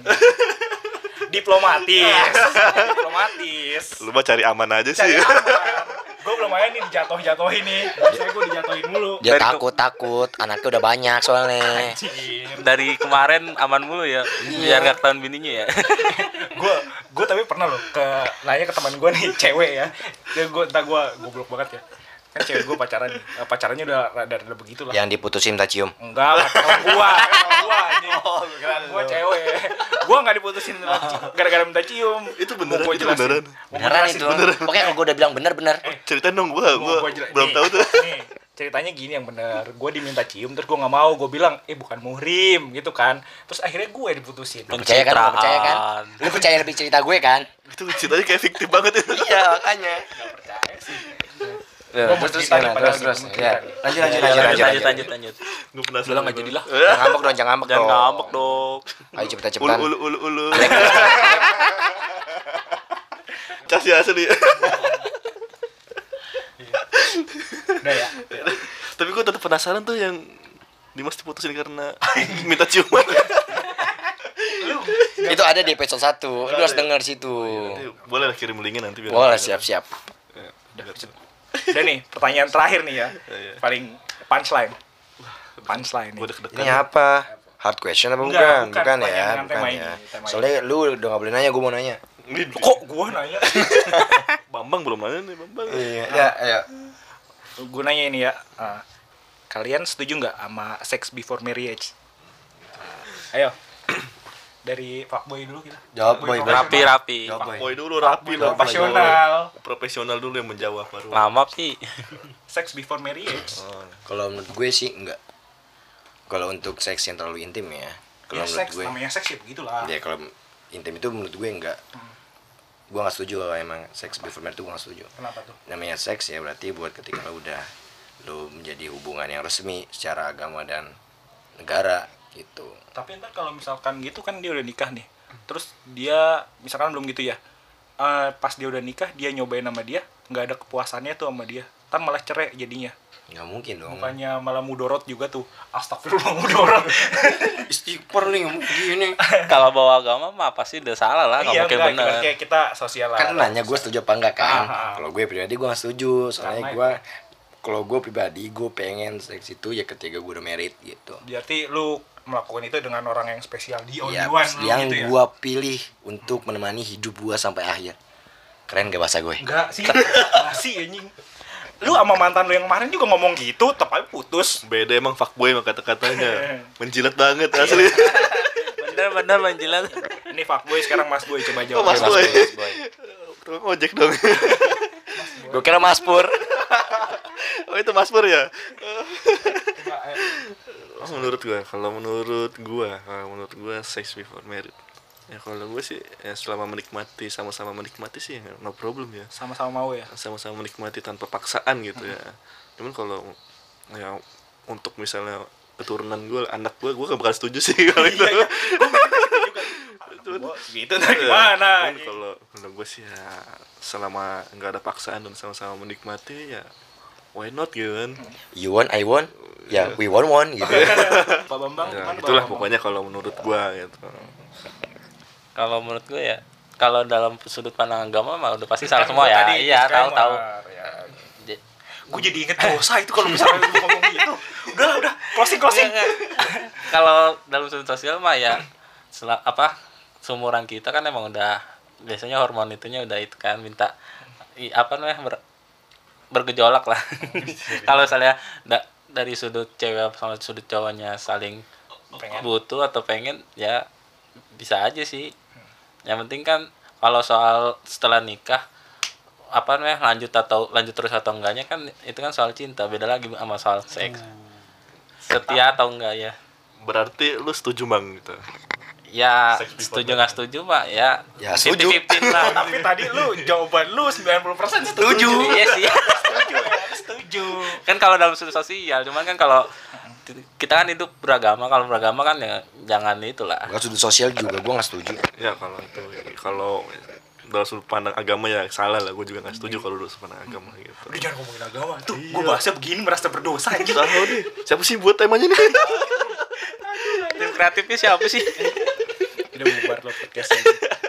Diplomatis. Lu mah cari aman aja sih. Gue belum aja nih dijatuhin nih, biasanya gue dijatuhin mulu. Dia takut anaknya udah banyak soalnya. Dari kemarin aman mulu ya. Biar gak ketahuan bininya ya. gue tapi pernah loh nanya ke teman gue nih cewek ya, gue goblok banget ya, kan cewek gue pacarannya udah rada begitu lah. Yang diputusin tak cium. Enggak lah, teman gue anjing. Gue cewek, gue nggak diputusin gara-gara minta cium. Itu beneran, Mau gua itu jelasin. beneran. Beneran itu. Pokoknya kalau gue udah bilang bener. Ceritain dong gua belum tahu tuh. Nih, ceritanya gini yang bener, gue diminta cium terus gue nggak mau, gue bilang bukan muhrim gitu kan, terus akhirnya gue diputusin. Percaya kan? Lu percaya kan? Lu percaya lebih cerita gue kan? Itu ceritanya kayak fiktif banget itu. Iya makanya. Nggak percaya sih. Terus cerita nih, padahal terus. gua Ya. cerita. Lanjut. Gue penasaran. Udah lah, nggak jadilah. Jangan ngambek dong, jangan ngambek Jangan dong. ngambek dong. Ayo cepet-cepetan. Ulu. Cas ya asli. Udah ya. Tapi gue tetap penasaran tuh yang Dimas diputusin karena minta ciuman. Itu ada di episode 1. Lu harus denger situ. Nanti boleh lah kirim linknya nanti biar. Boleh, siap-siap. Udah nih, pertanyaan terakhir nih ya. Iya. Paling punchline nih. Gue deg-degan. Ini apa? Hard question apa Enggak, bukan? bukan. Bukan ya, Pertanyaan bukan tema ya. ini, tema Soalnya lu udah gak boleh nanya, gue mau nanya. Kok gua nanya? Bambang belum nanya nih Bambang. Iya, ya, ayo. Gua nanya ini ya. Kalian setuju nggak sama sex before marriage? Ayo. Dari fuckboy dulu kita. Jawab boy, Rapi. Jawab boy. Boy dulu rapi loh. Profesional. Dulu yang menjawab baru. Lama sih. Sex before marriage. Kalau menurut gue sih enggak. Kalau untuk seks yang terlalu intim ya, kalau Ya menurut seks, gue namanya seks ya begitulah. ya kalau intim itu menurut gue enggak. Gue nggak setuju kalau emang seks before marriage itu gue nggak setuju. Kenapa tuh? Namanya seks ya berarti buat ketika lo menjadi hubungan yang resmi secara agama dan negara gitu. Tapi ntar kalau misalkan gitu kan dia udah nikah nih, terus dia misalkan belum gitu ya, pas dia udah nikah dia nyobain sama dia, nggak ada kepuasannya tuh sama dia, ntar malah cerai jadinya. Nggak mungkin dong. Bukannya malah mudorot juga tuh. Astagfirullah, mudorot. Istighfar nih ngomong gini. Kalau bawa agama mah pasti udah salah lah, nggak Iya, mungkin enggak, bener. kayak kita sosial lah. Kan nanya gue setuju apa enggak kan? Kalau gue pribadi gue nggak setuju. Soalnya Karena gue kalau gue pribadi gue pengen seks itu ya ketika gue udah married gitu. Berarti lu melakukan itu dengan orang yang spesial di Ya, only one lu yang gitu ya? gue pilih untuk menemani hidup gue sampai akhir. Keren gak bahasa gue? Enggak sih, masih anjing. Lu sama mantan lu yang kemarin juga ngomong gitu, tapi putus. Beda emang fuckboy mah kata-katanya. Menjilat banget asli. Bener-bener menjilat. Ini fuckboy, sekarang mas boy, coba Oh, jawab. Mas Boy. Tukang ojek dong. Gue kira Mas Pur. Oh, itu Mas Pur ya? Coba, Kalau menurut gua sex before marriage. Ya kalau gue sih ya selama sama-sama menikmati sih no problem ya. sama-sama mau ya. Sama-sama menikmati tanpa paksaan gitu ya. Cuman kalau ya untuk misalnya keturunan gue, anak gue gak bakal setuju sih kalau itu. Iya, gitu ntar gimana? Cuman kalau gue sih ya selama nggak ada paksaan dan sama-sama menikmati ya why not gitu kan. You want, I want. Ya, we want gitu. Pak Bambang Ya, gimana, Pak itulah Bambang? pokoknya kalau menurut gue gitu. Kalau menurut gue ya, kalau dalam sudut pandang agama mah udah pasti salah semua ya. Tadi Iya, disclaimer, tahu-tahu. ya. J- Gue jadi inget dosa itu kalau misalnya lu ngomong gitu. Udah closing. Enggak. Kalau dalam sudut sosial mah ya seumuran kita kan emang udah biasanya hormon itunya udah itu kan minta bergejolak lah. Kalau misalnya dari sudut cewek sama sudut cowoknya saling Pengen. butuh atau pengen ya bisa aja sih. Yang penting kan kalau soal setelah nikah lanjut terus atau enggaknya kan itu kan soal cinta, beda lagi sama soal seks. Setia atau enggak ya. Berarti lu setuju bang gitu. Ya Seks before setuju nggak setuju Pak ya. Ya, setuju. 50-50 lah. Tapi tadi lu jawaban lu 90% setuju. Iya sih. Setuju. Kan kalau dalam sudut sosial, cuman kan kalau kita kan hidup beragama, kalau beragama kan ya jangan itulah. Gue sudut sosial juga gue nggak setuju. Ya kalau dalam sudut pandang agama ya salah lah, gue juga nggak setuju kalau dari sudut pandang agama gitu. Udah jangan ngomongin agama. Tuh, Iya. gue bahasnya begini merasa berdosa aja. Tahu nih, siapa sih buat temanya nih? Tim kreatifnya siapa sih? Udah bubar lo podcastnya.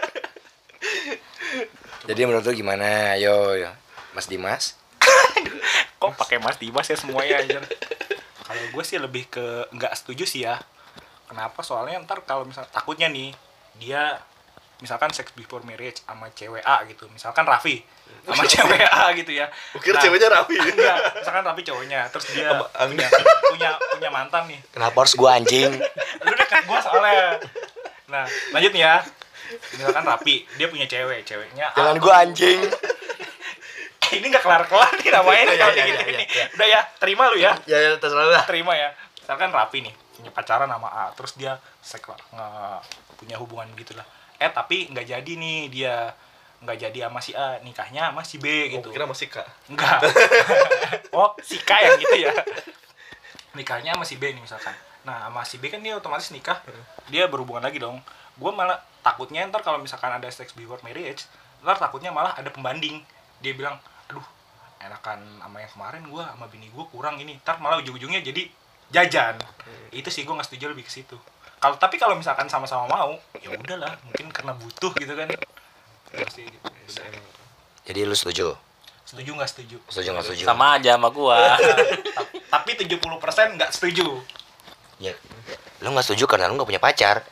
Jadi menurut lu gimana? Ayo, Mas Dimas. Kok pakai Mas Dimas ya semuanya aja. Kalau gue sih lebih ke nggak setuju sih ya. Kenapa? Soalnya ntar kalau misal takutnya nih dia misalkan sex before marriage sama cewek A gitu. Misalkan Raffi sama cewek A gitu ya. Kira ceweknya Raffi. Enggak, misalkan Raffi cowoknya. Terus dia punya mantan nih. Kenapa harus gue anjing? Lu deket gue soalnya. Nah, lanjut nih ya. Misalkan Raffi, dia punya ceweknya A. Jangan gue anjing. Ini nggak kelar-kelar nih namanya nih kalau Iya, kayak iya, gini. iya. Udah ya, terima lu ya. Ya terserah lah. Terima ya. Misalkan Raffi nih punya pacaran sama A, terus dia punya hubungan gitulah. Tapi nggak jadi nih dia nggak jadi sama si A, nikahnya sama si B gitu. Kira masih kak. Enggak. Oh, si K yang gitu ya. Nikahnya sama si B nih misalkan. Nah, sama si B kan dia otomatis nikah. Dia berhubungan lagi dong. Gue malah takutnya ntar kalau misalkan ada sex before marriage, ntar takutnya malah ada pembanding. Dia bilang, aduh, enakan sama yang kemarin gue sama bini gue kurang ini. Ntar malah ujung-ujungnya jadi jajan. Itu sih gue nggak setuju lebih ke situ. Tapi kalau misalkan sama-sama mau, ya udahlah, mungkin karena butuh gitu kan. Terus sih gitu. Jadi lu setuju? Setuju nggak setuju? Setuju nggak setuju? Sama aja sama gua. Tapi 70% nggak setuju. Ya. Lu nggak setuju karena lu nggak punya pacar.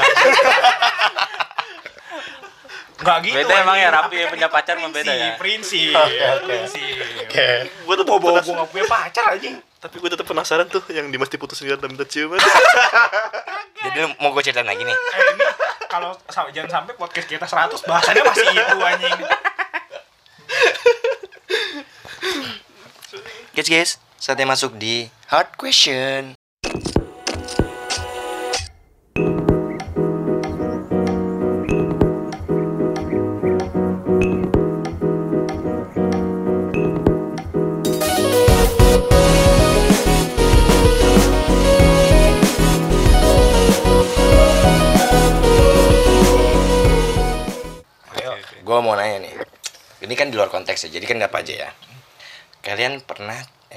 Nggak gitu. Beda emang ya, anjing. Raffi Tapi yang kan punya itu pacar mah beda ya. Prinsip. Gue tuh Bawa gue nggak punya pacar anjing. tapi gue tetap penasaran tuh yang Dimas diputusin karena minta ciuman. Jadi lu mau gue ceritain lagi nih. Ini kalau jangan sampai podcast kita 100 bahasannya masih itu anjing. Guys, saatnya masuk di hard question. gue mau nanya nih. Ini kan di luar konteks ya, jadi kan apa aja ya. Kalian pernah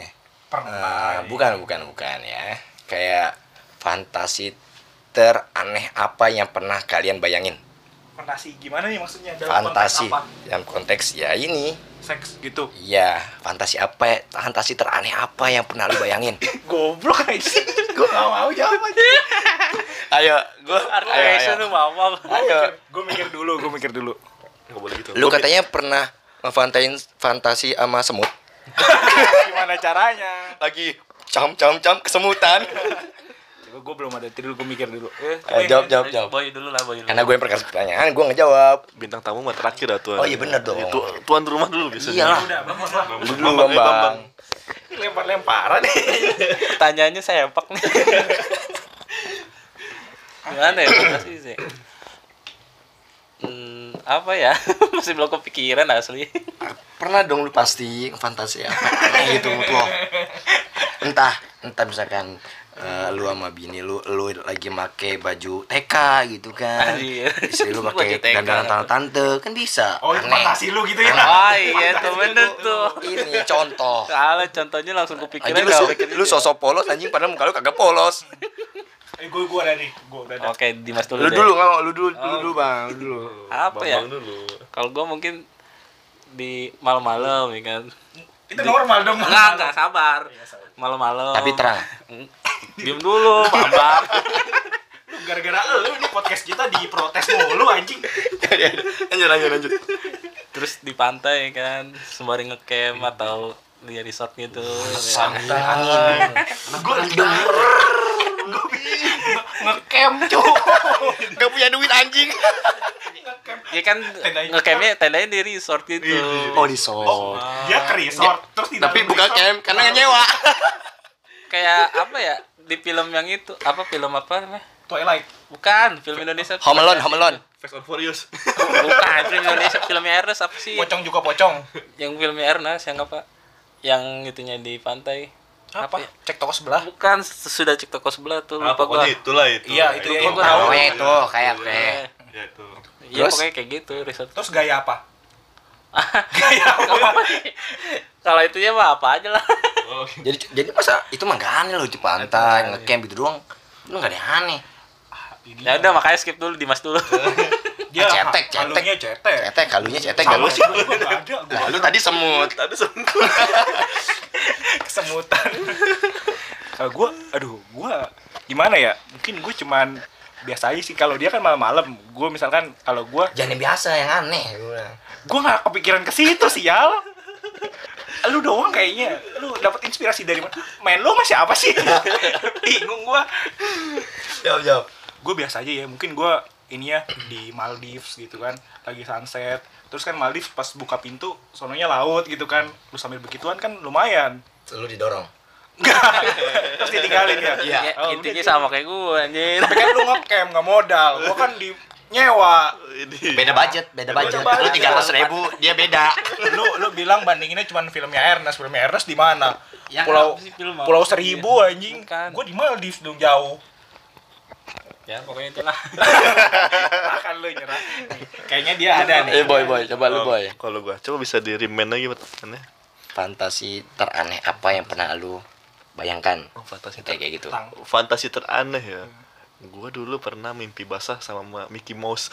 bukan ya. Kayak fantasi teraneh apa yang pernah kalian bayangin? Fantasi gimana nih maksudnya? Dalam Fantasi konteks apa? dalam konteks ya ini. Seks gitu. Iya, fantasi apa? Fantasi teraneh apa yang pernah lu bayangin? Goblok aja. Gue gak mau jawab aja. Ayo, Articulation lu mama. Ayo. Gue mikir dulu. Nggak boleh gitu. Lu katanya pernah ngefantain fantasi sama semut? Gimana caranya? Lagi cam kesemutan. Coba gue belum ada tidur, gue mikir dulu. Jawab. Boy dulu lah, boy dulu. Karena gue yang perkasih pertanyaan, gue ngejawab. Bintang tamu mah terakhir lah tuan. Oh iya bener dong. Tuan rumah dulu biasanya. Iyalah. Udah, bangun lah. Lu dulu Bambang. Ini lempar-lemparan nih. Pertanyaannya sepak nih. Gimana ya fantasi sih? Apa ya? Masih belum kepikiran asli. Pernah dong lu pasti fantasi apa gitu lo. Entah misalkan lu sama bini lu lagi make baju TK gitu kan. Anjir. Istri lu pakai Baju TK. dandanan tante kan bisa. Oh itu Aneh. fantasi lu gitu ya? Oh iya tuh bener tuh. Ini contoh. Kalau contohnya langsung kepikiran Anjing gak mikir lu sosok polos anjing padahal muka lu kagak polos. Gue ada nih. Gue udah ada. Oke, Dimas dulu Lu deh. dulu nggak mau lu dulu Bang, lu dulu. Apa ya? Bambang dulu. Kalau gua mungkin di malam-malam ya kan. Itu normal dong. Enggak, sabar. Malam-malam. Tapi terang. Diem dulu, Bambang. Lu gara-gara lu ini podcast kita diprotes mulu anjing. Lanjut. Terus di pantai kan, sembari ngecamp atau di resort gitu. Santai. Gue denger. Ngecamp cuy. Gak punya duit anjing. Ya kan tendanya di resort gitu. Oh di Solo. Dia ke resort terus di Tapi dalam bukan resort. camp karena nggak nyewa. Kayak apa ya? Di film yang itu, film apa namanya? Twilight. Bukan, film Indonesia. Home Alone. Fast and Furious. Bukan, film Indonesia, filmnya Ernest apa sih? Pocong juga pocong. Yang filmnya Ernest yang apa? Yang itunya di pantai. Apa? ya? Cek toko sebelah. Bukan, sudah cek toko sebelah tuh, lupa gua. Pokoknya itulah itu. Iya, itu ya. Gua tahu. Oh ya itu kayak Ya itu. Iya, Terus? pokoknya kayak gitu resort. Terus gaya apa? Kalau itu ya mah apa aja lah. Oh, Jadi masa itu mah gak aneh loh di pantai ngecamp gitu doang. Lu gak ada yang aneh. Ya udah makanya skip dulu Dimas dulu. Dia cetek. Kalunya cetek. Kalunya cetek Sama gak lu sih gue juga gak ada. Nah, lu tadi semut. Kesemutan. Kalau gue gimana ya? Mungkin gue cuman biasa aja sih. Kalau dia kan malam-malam. Gue misalkan kalau gue Jangan yang biasa yang aneh gua bilang. gue nggak kepikiran ke situ sial. Lu doang kayaknya. Lu dapat inspirasi dari mana? Main lu masih apa sih? Bingung gue. Jawab. Gue biasa aja ya, mungkin gue ini ya di Maldives gitu kan, lagi sunset. Terus kan Maldives pas buka pintu sononya laut gitu kan, lu sambil begituan kan lumayan. Lu didorong. Terus ditinggalin ya. Iya. Ya, Oh, intinya udah, sama kayak gue anjir. tapi kan lu ngecamp nggak modal, gua kan di nyewa. ini. Beda budget. Lu budget. 300.000, dia beda. Lu bilang bandinginnya cuma filmnya Ernest di mana? Yang Pulau apa sih film Pulau apa? Seribu anjing. Bukan. Gua di Maldives dong jauh. Ya pokoknya itulah. Akan lu nyerah. Kayaknya dia ada nih. Boy, coba lu boy. Kalau gua coba bisa di remind lagi pertanyaannya. Fantasi teraneh apa yang pernah lu bayangkan? Oh, fantasi Kayak gitu. fantasi teraneh ya. Gua dulu pernah mimpi basah sama Mickey Mouse.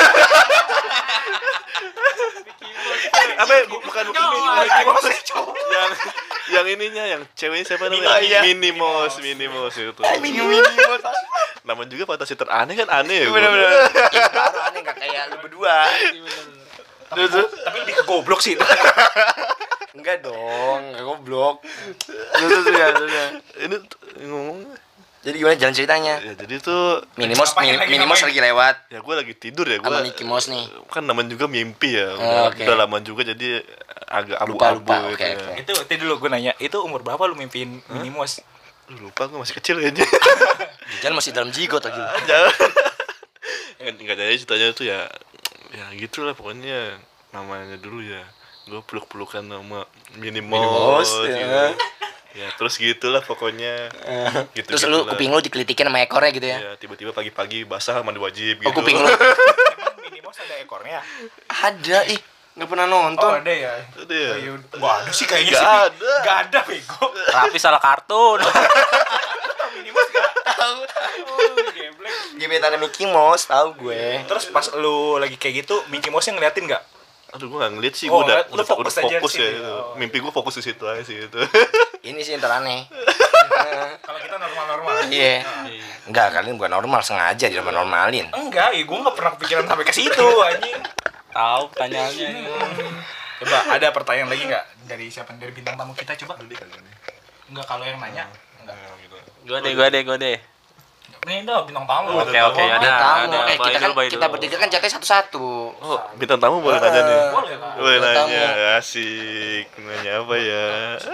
Apa ya? Bukan Mickey Mouse. yang ininya yang ceweknya siapa namanya? Minnie Mouse itu. Namanya juga fantasi teraneh kan aneh ya. Bener-bener. Itu baru aneh gak kayak lu berdua. Tapi lebih ke goblok sih itu. Enggak dong, enggak goblok. Terus ya. Ini ngomong Jadi gimana jalan ceritanya? ya jadi tuh Minimos Ngapain lagi lagi lewat ya gue lagi tidur ya sama gue Mickey Mouse nih. kan namanya juga mimpi ya Oh, oke. udah lama juga jadi agak Lupa, abu-abu oke, gitu oke. ya. Itu dulu gue nanya, itu umur berapa lu mimpiin Minimos? Lupa gue masih kecil kayaknya. Jalan masih dalam jigot lagi. Jangan. Enggak jadi ceritanya tuh ya gitulah pokoknya namanya dulu ya gue peluk-pelukan sama Minimos Mouse, gitu. ya. Ya terus gitulah pokoknya gitu. Terus lu kuping lu dikelitikin sama ekornya gitu ya. ya tiba-tiba pagi-pagi basah mandi wajib Oh gitu. kuping lu. Emang Minimos Mouse ada ekornya? Ada, ih, nggak pernah Oh nonton. ada ya? Ada ya? Wah ada sih kayaknya Nggak sih. ada. Nggak ada bego. Tapi salah kartun. Minimal nggak. Tahu. Geblek. Gebetan Mickey Mouse, tahu gue. Terus pas lu lagi kayak gitu, Mickey Mouse-nya ngeliatin nggak? Aduh, gue gak ngeliat sih, Oh, gue udah, lu fokus aja fokus di ya. situ. Itu. Oh. Mimpi gue fokus di situ aja sih itu. Ini sih yang teraneh. Kalau kita normal-normal. Iya. Enggak, kalian bukan normal, sengaja normalin. Enggak, gue nggak pernah kepikiran sampai ke situ anjing. Tahu pertanyaannya. Coba ada pertanyaan lagi nggak dari siapa? Dari bintang tamu kita coba. Enggak, kalau yang nanya. Enggak. Gue deh. Ini dah bintang tamu. Oke, ya udah. Tamu. Ada, Kita bye kita dulu. bertiga kan jatahnya satu-satu. Oh, bintang tamu boleh nanya nih. Boleh lah. Boleh Bintang nanya, tamu. asik. Nanya apa ya?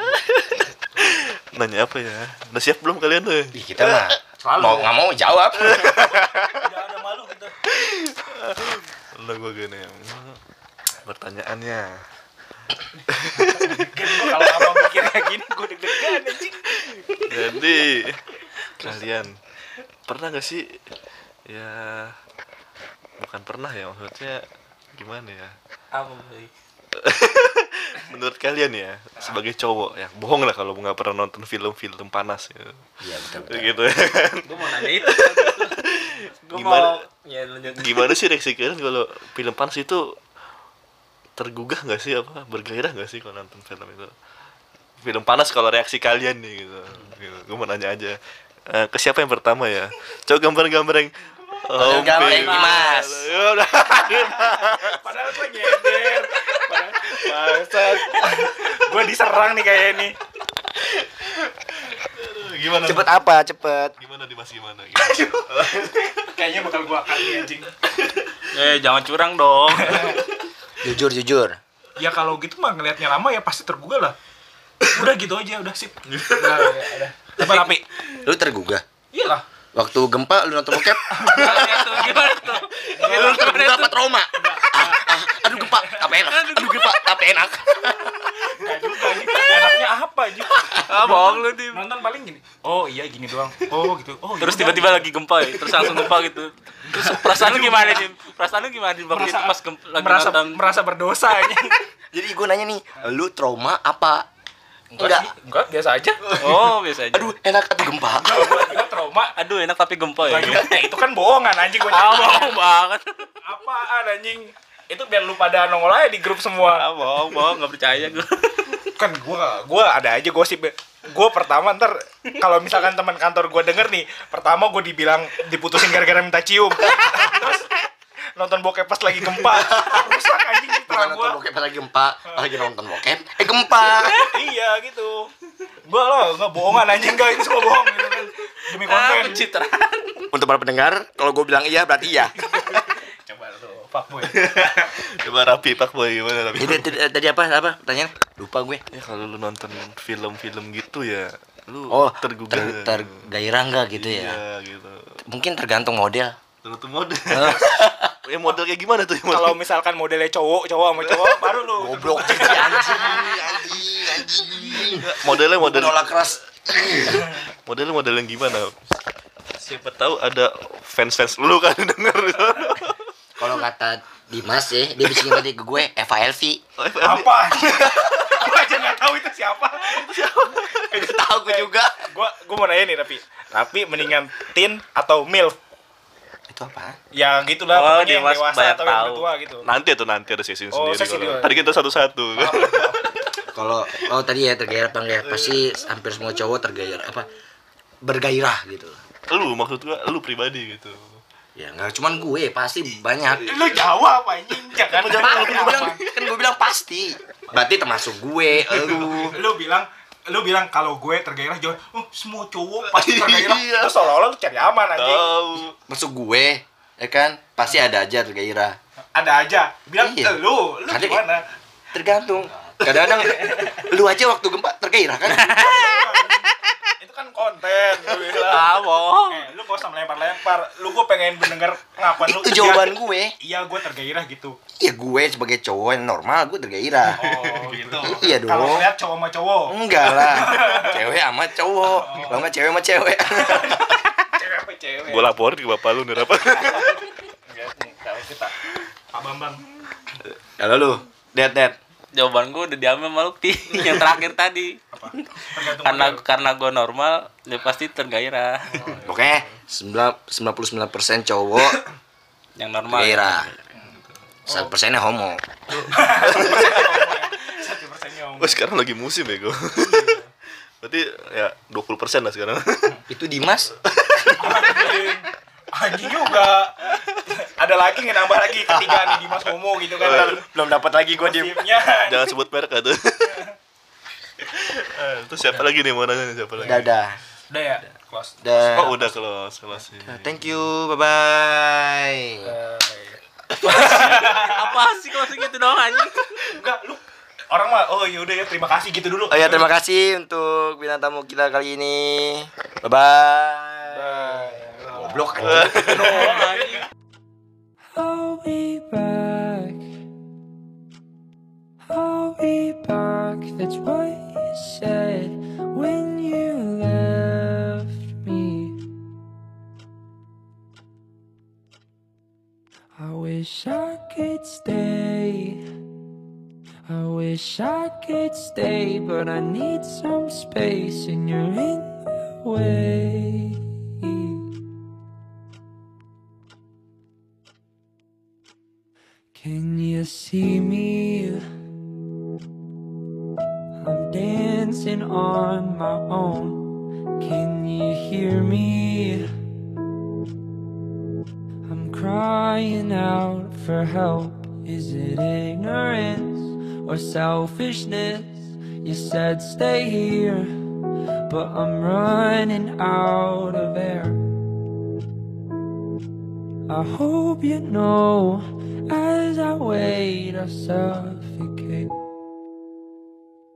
Nanya apa ya? Udah siap belum kalian tuh? Ih, kita mah Selalu. mau nggak mau jawab. Udah ada malu gitu. Udah gue gini. Pertanyaannya. Kalau abang mikirnya gini, gue deg-degan anjing. Jadi kalian pernah gak sih ya, bukan pernah ya, maksudnya gimana ya, Apa boy? menurut kalian ya sebagai cowok ya, bohong lah kalau nggak pernah nonton film-film panas ya. Iya, betul. Gitu ya kan. Gue mau nanya itu. Gue Gimana? mau ya lanjut. Gimana sih reaksi kalian kalau film panas itu, tergugah nggak sih, apa bergairah nggak sih kalau nonton film itu, film panas, kalau reaksi kalian nih gitu. Gue mau nanya aja. Ke siapa yang pertama ya? Coba gambar-gambar yang Gambar yang Dimas. Ya udah. Padahal gue nyender. Bangsat. Gue diserang nih kayak ini. Gimana? Cepet apa? Cepet. Gimana Dimas, gimana? Kayaknya bakal gue akan nih anjing. Jangan curang dong. Jujur. Ya kalau gitu mah ngelihatnya lama ya pasti tergugah lah. Udah gitu aja, udah sip. Udah. Tapi Lu tergugah. iyalah. Waktu gempa lu nonton bokep? Gimana tuh? Lu tergugah apa trauma? Aduh gempa, apa enak? Aduh gempa, apa enak? Enggak juga gitu. Enaknya apa aja? Bohong lu Dim. Nonton paling gini. Oh iya gini doang. Oh gitu. Oh Terus yaudah. tiba-tiba lagi gempa ya, terus langsung gempa gitu. Terus perasaan lu gimana Dim? Perasaan lu gimana Dim waktu itu pas lagi nonton? merasa berdosa anjing. Jadi gue nanya nih, lu trauma apa? Enggak, biasa aja. Oh, biasa aja. Aduh enak, aduh gempa. Gua trauma. Aduh, enak tapi gempa ya. Itu kan bohongan anjing gua. Bohong banget. Apaan anjing? Itu biar lu pada nongol aja di grup semua. Bohong, enggak percaya gue. Kan gua ada aja gosip. Gua pertama ntar kalau misalkan teman kantor gua denger nih, pertama gua dibilang diputusin gara-gara minta cium. Terus nonton bokep pas lagi gempa. Rusak anjing Bukan citra nonton gua. bokep pas lagi gempa, lagi nonton bokep, gempa. Iya gitu. Gua lo enggak bohongan anjing, enggak itu semua bohong gitu kan. Demi konten. Pencitraan. Untuk para pendengar, kalau gue bilang iya berarti iya. Coba tuh, fuckboy. Coba rapi Pak Boy, gimana rapi? Tadi apa pertanyaan? Lupa gue. Ya kalau lu nonton film-film gitu ya, lu Oh, tergugah. tergairah enggak gitu ya? Iya gitu. Mungkin tergantung model. Tergantung model. Ya model kayak gimana tuh? Kalau misalkan modelnya cowok sama cowok baru lu. Goblok anjing. Modelnya model Menolak keras. model yang gimana? Siapa tahu ada fans lu kan denger. Kalau kata Dimas ya, dia bikin tadi ke gue Eva Elvi. Apa? Gua aja nggak tahu itu siapa. Gak tahu gue juga. Gua mau nanya nih tapi mendingan teen atau milf? Itu apa? Yang gitulah, Oh, pokoknya yang Dimas dewasa banyak atau yang tahu. bertua gitu. Nanti ada sesi Oh, sendiri sesi kalau. dua. Tadi kita satu-satu. Kalau tadi ya tergairah apa enggak? Pasti hampir semua cowok tergairah bergairah gitu. Lu maksud gua lu pribadi gitu. Ya enggak cuman gue, pasti banyak. Lu jawab anjing, jangan. Kan gue bilang pasti. Berarti termasuk gue, lu. Lu bilang kalau gue tergairah jawab, semua cowok pasti tergairah. Iya. Itu seolah-olah lu cari aman anjing. Tahu. Masuk gue, ya kan? Pasti ada aja tergairah. Ada aja. Bilang Iya. lu Ada- gimana? Tergantung. Kadang-kadang lu aja waktu gempa tergairah kan? Itu kan konten, lu bilang. Bohong. Lu gak usah melempar-lempar. Lu gue pengen mendengar ngapain lu. Itu jawaban gue. Iya, gue tergairah gitu. Ya gue sebagai cowok yang normal gue tergairah. Oh, gitu. Iya Kalau dong. lihat cowok sama cowok. Enggak lah. Cewek sama cowok. Kalau enggak cewek sama cewek. Cewek apa cewek? Gua laporin ke bapak lu nih apa? Enggak nih, kalau kita Bambang. Kalau lu, Dad. Jawaban gue udah diambil sama Lukti yang terakhir tadi. Apa? Tergantung Karena gue normal, dia pasti tergairah. Oke, 99% cowok Yang normal. gairah. 1%-nya homo. 1%-nya om. Oh, sekarang lagi musim bego. Berarti ya 20% lah sekarang. Itu Dimas. Anjing juga. Ada lagi nambah lagi ketiga nih Dimas Homo gitu kan. Belum dapat lagi gua di. Gosipnya. Jangan sebut merek tuh. Terus siapa lagi nih mau nanya nih, siapa lagi? Dadah. Udah ya, close. Dah. Oh, udah close. Thank you. Bye-bye. Apa sih kalau segitu doang anjing? Enggak, lu orang mah oh ya udah ya terima kasih gitu dulu. Oh ya, terima kasih untuk bintang tamu kita kali ini. Bye-bye. Goblok aja. I'll be back. I'll be back. That's what you said when you left me. I wish I could stay. I wish I could stay, but I need some space, and you're in the way. Can you see me? I'm dancing on my own. Can you hear me? I'm crying out for help. Is it ignorance or selfishness? You said stay here, but I'm running out of air. I hope you know, as I wait, I suffocate.